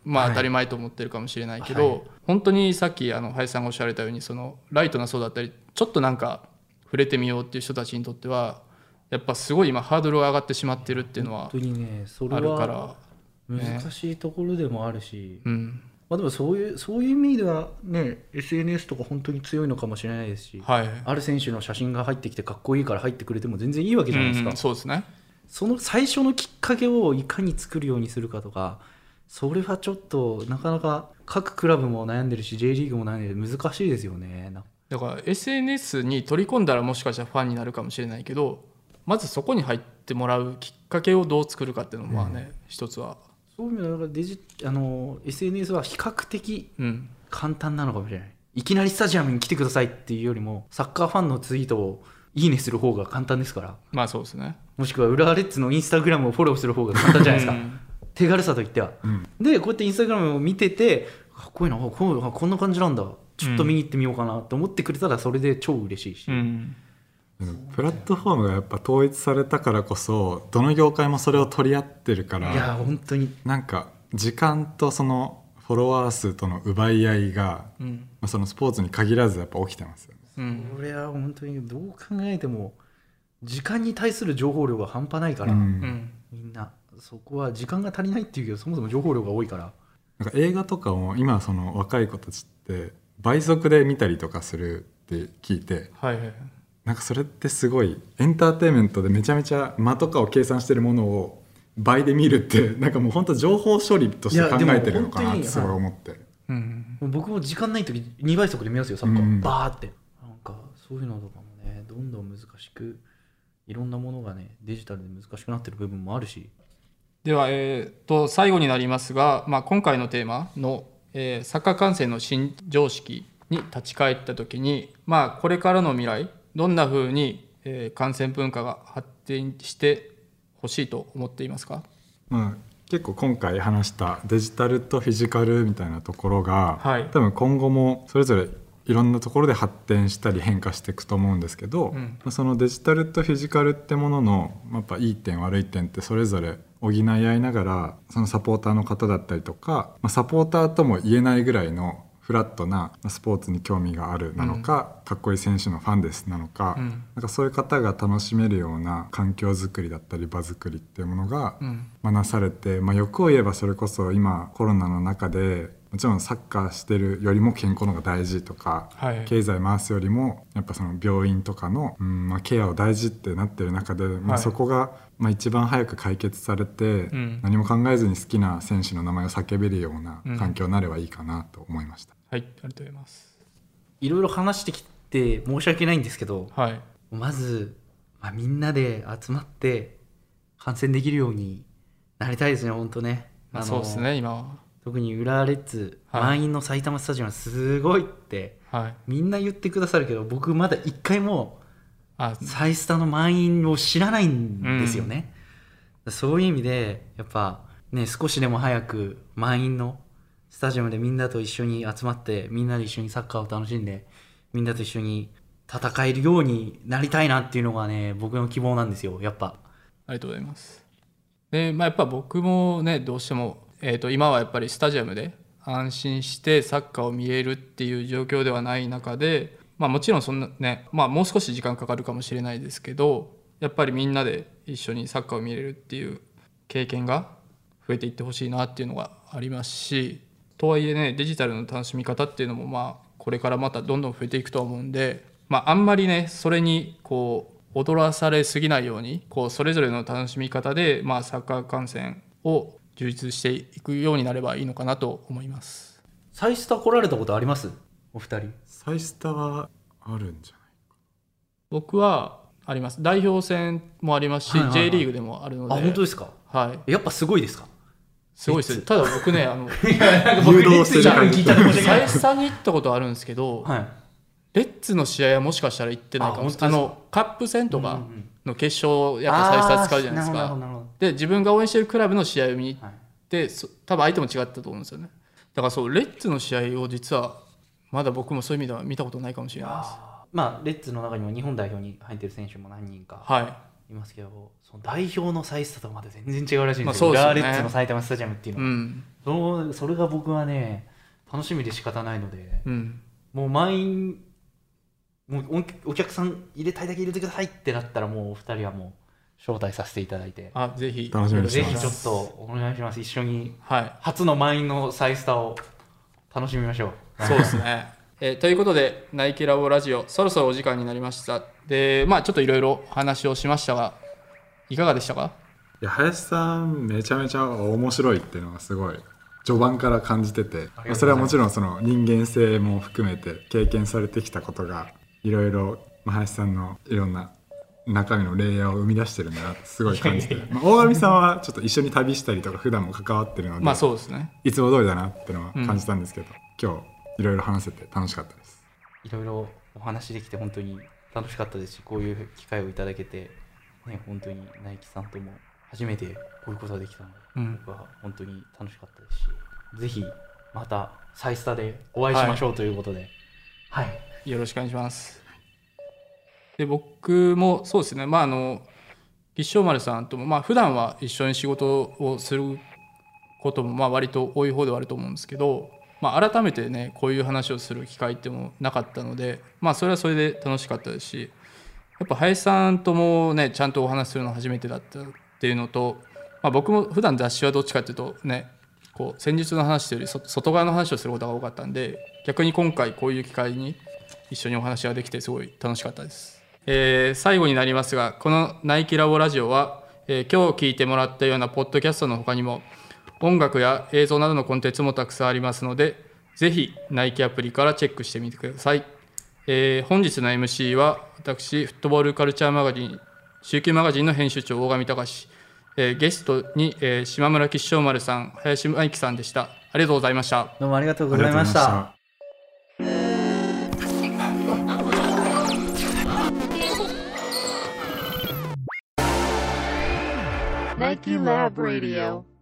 まあ当たり前と思ってるかもしれないけど、はい、本当にさっきあの林さんがおっしゃられたようにそのライトな層だったりちょっとなんか触れてみようっていう人たちにとってはやっぱすごい今ハードルが上がってしまってるっていうのはあるから、ね、
本当にねそれは難しいところでもあるし、うんまあ、でもそういうそういう意味ではね エスエヌエス とか本当に強いのかもしれないですし、はい、ある選手の写真が入ってきてかっこいいから入ってくれても全然いいわけじゃないですか、
うん、そうですね。
その最初のきっかけをいかに作るようにするかとかそれはちょっとなかなか各クラブも悩んでるし J リーグも悩んでる難しいですよね。
だから エスエヌエス に取り込んだらもしかしたらファンになるかもしれないけどまずそこに入ってもらうきっかけをどう作るかっていうのもまあね、うん、一つは
そういう意味ではデジあの エスエヌエス は比較的簡単なのかもしれない、うん、いきなりスタジアムに来てくださいっていうよりもサッカーファンのツイートをいいねする方が簡単ですから。
まあそうですね。も
しくは浦和レッズのインスタグラムをフォローする方が簡単じゃないですか、うん、手軽さといっては、うん、でこうやってインスタグラムを見ててかっこいいな こ, うこんな感じなんだちょっと見に行ってみようかなと思ってくれたらそれで超嬉しいし、うん
プラットフォームがやっぱ統一されたからこそどの業界もそれを取り合ってるから
いや本当に
なんか時間とそのフォロワー数との奪い合いが、うんまあ、そのスポーツに限らずやっぱ起きてますよね、
うん、これは本当にどう考えても時間に対する情報量が半端ないから、うん、みんなそこは時間が足りないっていうけどそもそも情報量が多いから
なんか映画とかも今その若い子たちって倍速で見たりとかするって聞いて、はいはい、なんかそれってすごいエンターテインメントでめちゃめちゃ間とかを計算してるものを倍で見るってなんかもう本当情報処理として考えてるのかなってすごい思って、はい
うん、僕も時間ない時にばい速で見ますよサッカー、うん、バーってなんかそういうのとかもねどんどん難しくいろんなものがねデジタルで難しくなってる部分もあるし
では、えー、と最後になりますが、まあ、今回のテーマの、えー、サッカー観戦の新常識に立ち返った時に、まあ、これからの未来どんな風に、えー、観戦文化が発展してほしいと思っていますか？
まあ、結構今回話したデジタルとフィジカルみたいなところが、はい、多分今後もそれぞれいろんなところで発展したり変化していくと思うんですけど、うんまあ、そのデジタルとフィジカルってもののやっぱいい点悪い点ってそれぞれ補い合いながらそのサポーターの方だったりとか、まあ、サポーターとも言えないぐらいのフラットなスポーツに興味があるなのか、うん、かっこいい選手のファンですなのか、うん、なんかそういう方が楽しめるような環境づくりだったり場づくりっていうものが、うんまあ、なされて、まあ、欲を言えばそれこそ今コロナの中でもちろんサッカーしてるよりも健康の方が大事とか、はい、経済回すよりもやっぱその病院とかの、うんまあ、ケアを大事ってなってる中で、まあ、そこが、まあ、一番早く解決されて、うん、何も考えずに好きな選手の名前を叫べるような環境になればいいかなと思いました、
うんはい、ありがとうございます。
いろいろ話してきて申し訳ないんですけど、はい、まず、まあ、みんなで集まって観戦できるようになりたいですね本当ね。
あのそうですね今は
特に浦和レッズ、はい、満員の埼玉スタジアムはすごいって、はい、みんな言ってくださるけど僕まだ一回もサイスタの満員を知らないんですよね、うん、そういう意味でやっぱね少しでも早く満員のスタジアムでみんなと一緒に集まってみんなで一緒にサッカーを楽しんでみんなと一緒に戦えるようになりたいなっていうのがね僕の希望なんですよやっぱ。
ありがとうございます。で、まあ、やっぱ僕もねどうしてもえー、と今はやっぱりスタジアムで安心してサッカーを見れるっていう状況ではない中で、まあ、もちろんそんなね、まあ、もう少し時間かかるかもしれないですけどやっぱりみんなで一緒にサッカーを見れるっていう経験が増えていってほしいなっていうのがありますしとはいえねデジタルの楽しみ方っていうのもまあこれからまたどんどん増えていくとは思うんで、まあ、あんまりねそれにこう踊らされすぎないようにこうそれぞれの楽しみ方で、まあ、サッカー観戦を充実していくようになればいいのかなと思います。
サイスタ来られたことありますお二人？
サイスタはあるんじゃないか。
僕はあります。代表戦もありますし、はいはいはい、J リーグでもあるので。
あ本当ですか？
はい。
やっぱすごいですか？
すごいです。ただ僕ねあの
誘導してる感じ。
サイスタに行ったことあるんですけど、はい、レッツの試合はもしかしたら行ってないかもしれない。あのカップ戦とかの決勝やっぱサイスタ使うじゃないですか。で自分が応援してるクラブの試合を見に行って、はい、多分相手も違ったと思うんですよね。だからそうレッツの試合を実はまだ僕もそういう意味では見たことないかもしれないです。
まあレッツの中にも日本代表に入ってる選手も何人かいますけど、その代表のサイズとまた全然違うらしいんですよ、
まあそうですよね、
浦和レッズの埼玉スタジアムっていうのは、うん、そのそれが僕はね楽しみで仕方ないので、うん、もう満員、もう お, お客さん入れたいだけ入れてくださいってなったら、もうお二人はもう招待させていただいて、
あ、ぜひ
楽しみにしてます。
ぜひちょっとお願いします。一緒に初の満員のサイスタを楽しみましょう。
そうですねえー、ということでナイキラボラジオそろそろお時間になりました。で、まあちょっといろいろ話をしましたがいかがでしたか？
いや、林さんめちゃめちゃ面白いっていうのがすごい序盤から感じてて、それはもちろんその人間性も含めて経験されてきたことがいろいろ林さんのいろんな中身のレイヤーを生み出してるんだなってすごい感じてまあ大神さんはちょっと一緒に旅したりとか普段も関わってるので、
まあそうですね、
いつも通りだなっていうのは感じたんですけど、うん、今日いろいろ話せて楽しかったです。
いろいろお話できて本当に楽しかったですし、こういう機会をいただけて、ね、本当にナイキさんとも初めてこういうことができたので、うん、僕は本当に楽しかったですし、ぜひまたサイスタでお会いしましょうということで、はい、はい、
よろしくお願いします。で、僕もそうですね、まああの吉祥丸さんとも、まあ普段は一緒に仕事をすることもまあ割と多い方ではあると思うんですけど、まあ、改めてねこういう話をする機会ってもなかったので、まあそれはそれで楽しかったですし、やっぱ林さんともねちゃんとお話しするの初めてだったっていうのと、まあ、僕も普段雑誌はどっちかっていうとねこう戦術の話というより外側の話をすることが多かったんで、逆に今回こういう機会に一緒にお話ができてすごい楽しかったです。えー、最後になりますが、このナイキラボラジオは、えー、今日聞いてもらったようなポッドキャストの他にも音楽や映像などのコンテンツもたくさんありますので、ぜひナイキアプリからチェックしてみてください。えー、本日の エムシー は私フットボールカルチャーマガジン週休マガジンの編集長大神隆、えー、ゲストに、えー、島村吉祥丸さん、林真紀さんでした。ありがとうございました。
どうもありがとうございました。
ナイキ Lab Radio